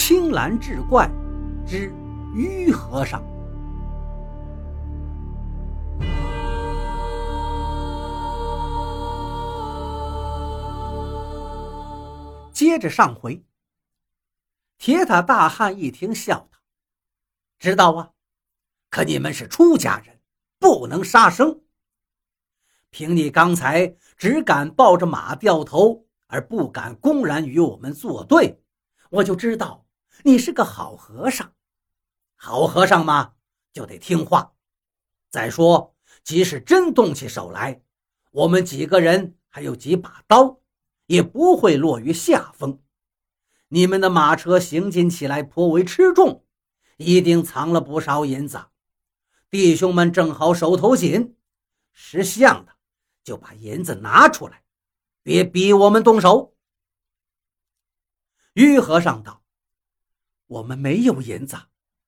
青蓝志怪之于和尚。接着上回，铁塔大汉一听笑道：“知道啊，可你们是出家人，不能杀生。凭你刚才只敢抱着马掉头，而不敢公然与我们作对，我就知道你是个好和尚。好和尚嘛，就得听话。再说，即使真动起手来，我们几个人还有几把刀，也不会落于下风。你们的马车行进起来颇为吃重，一定藏了不少银子。弟兄们正好手头紧，识相的就把银子拿出来，别逼我们动手。”于和尚道：“我们没有银子。”“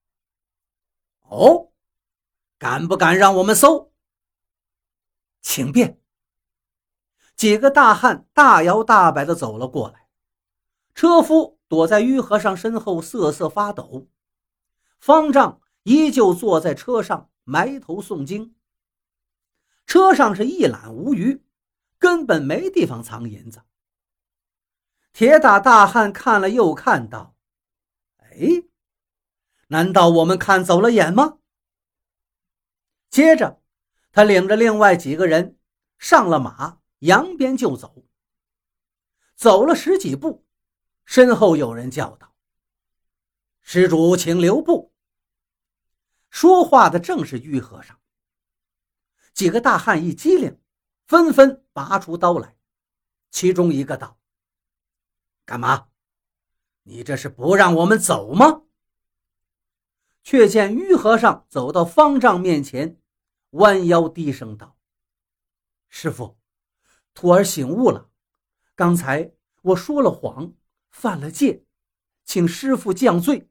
哦，敢不敢让我们搜？”“请便。”几个大汉大摇大摆地走了过来，车夫躲在于和尚身后瑟瑟发抖，方丈依旧坐在车上埋头诵经。车上是一览无余，根本没地方藏银子。铁打大汉看了又看道：“哎，难道我们看走了眼吗？”接着他领着另外几个人上了马，扬鞭就走。走了10几步，身后有人叫道：“施主请留步。”说话的正是于和尚。几个大汉一机灵，纷纷拔出刀来。其中一个道：“干嘛？你这是不让我们走吗？”却见于和尚走到方丈面前，弯腰低声道：“师父，徒儿醒悟了，刚才我说了谎，犯了戒，请师父降罪。”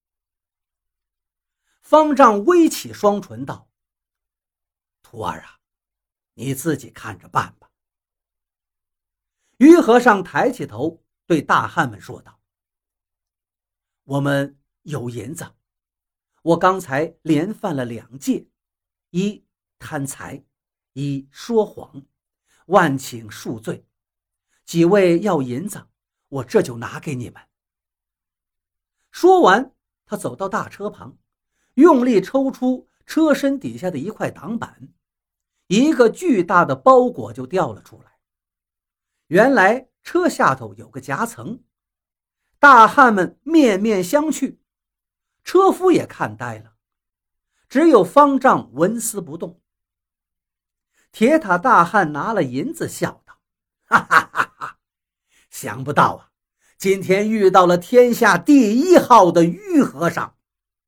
方丈微起双唇道：“徒儿啊，你自己看着办吧。”于和尚抬起头对大汉们说道：“我们有银子，我刚才连犯了2戒，一贪财，一说谎，万请恕罪。几位要银子，我这就拿给你们。”说完，他走到大车旁，用力抽出车身底下的一块挡板，一个巨大的包裹就掉了出来。原来车下头有个夹层，大汉们面面相觑，车夫也看呆了，只有方丈纹丝不动。铁塔大汉拿了银子笑道：“哈哈哈哈，想不到啊，今天遇到了天下第1号的于和尚。”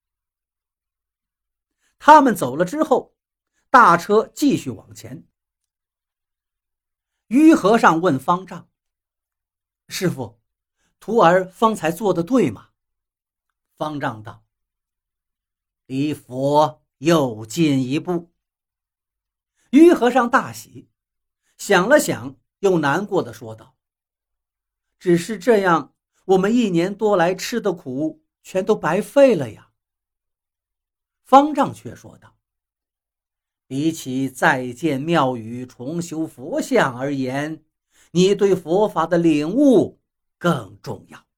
他们走了之后，大车继续往前。于和尚问方丈：“师父，徒儿方才做的对吗？”方丈道：“离佛又进一步。”于和尚大喜，想了想，又难过地说道：“只是这样，我们1年多来吃的苦全都白费了呀。”方丈却说道：“比起再建庙宇重修佛像而言，你对佛法的领悟更重要。”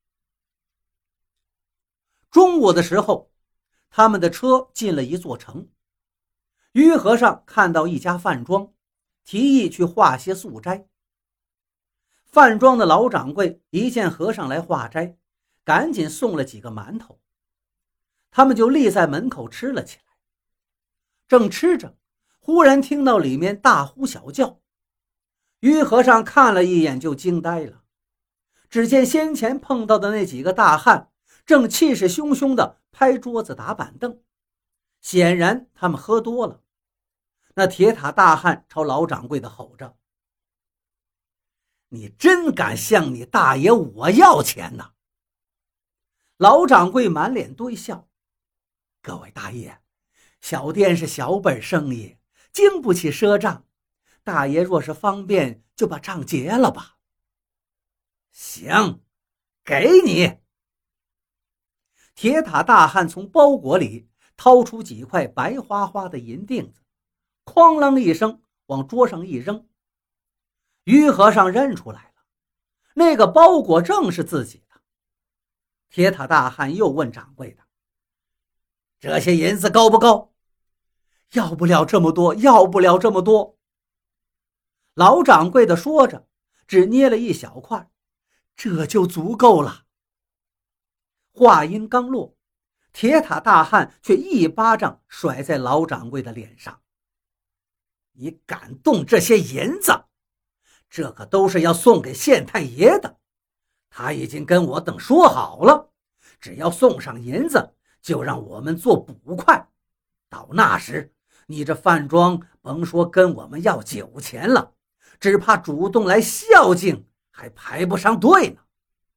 中午的时候，他们的车进了一座城。于和尚看到一家饭庄，提议去化些素斋。饭庄的老掌柜一见和尚来化斋，赶紧送了几个馒头，他们就立在门口吃了起来。正吃着，忽然听到里面大呼小叫。于和尚看了一眼就惊呆了，只见先前碰到的那几个大汉正气势汹汹地拍桌子打板凳，显然他们喝多了。那铁塔大汉朝老掌柜的吼着：“你真敢向你大爷我要钱呐！”老掌柜满脸堆笑：“各位大爷，小店是小本生意，经不起赊账，大爷若是方便，就把账结了吧。”“行，给你。” 铁塔大汉从包裹里掏出几块白花花的银锭子，哐啷一声往桌上一扔。于和尚认出来了，那个包裹正是自己的。铁塔大汉又问掌柜的：“这些银子够不够？”“要不了这么多，要不了这么多。”老掌柜的说着，只捏了一小块，“这就足够了。”话音刚落，铁塔大汉却一巴掌甩在老掌柜的脸上：“你敢动这些银子？这可都是要送给县太爷的，他已经跟我等说好了，只要送上银子，就让我们做捕快。到那时，你这饭庄甭说跟我们要酒钱了，只怕主动来孝敬还排不上队呢。”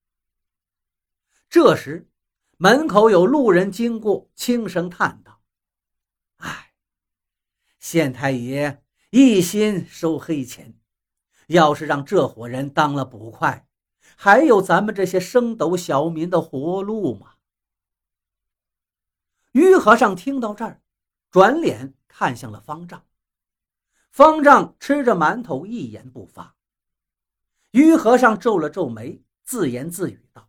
这时门口有路人经过，轻声叹道：“哎，县太爷一心收黑钱，要是让这伙人当了捕快，还有咱们这些升斗小民的活路吗？”于和尚听到这儿，转脸看向了方丈。方丈吃着馒头，一言不发。于和尚皱了皱眉，自言自语道：“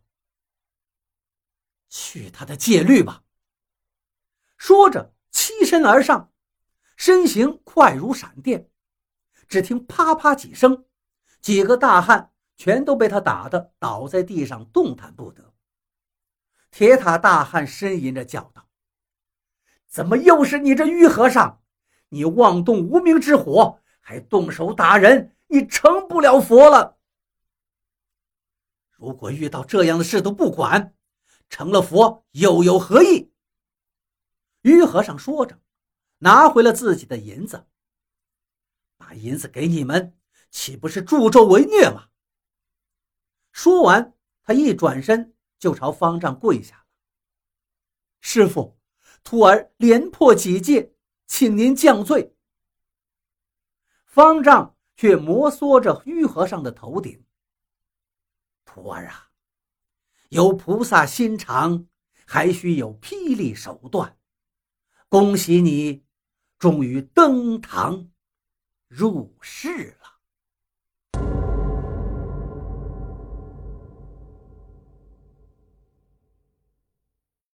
去他的戒律吧！”说着欺身而上，身形快如闪电。只听啪啪几声，几个大汉全都被他打得倒在地上，动弹不得。铁塔大汉呻吟着叫道：“怎么又是你这于和尚？你妄动无名之火，还动手打人，你成不了佛了。如果遇到这样的事都不管，成了佛又有何意？”于和尚说着，拿回了自己的银子。“把银子给你们，岂不是助纣为虐吗？”说完，他一转身就朝方丈跪下了：“师父，徒儿连破几戒，请您降罪。”方丈却摩挲着于和尚的头顶：“徒儿啊，有菩萨心肠，还需有霹雳手段。恭喜你，终于登堂入室了。”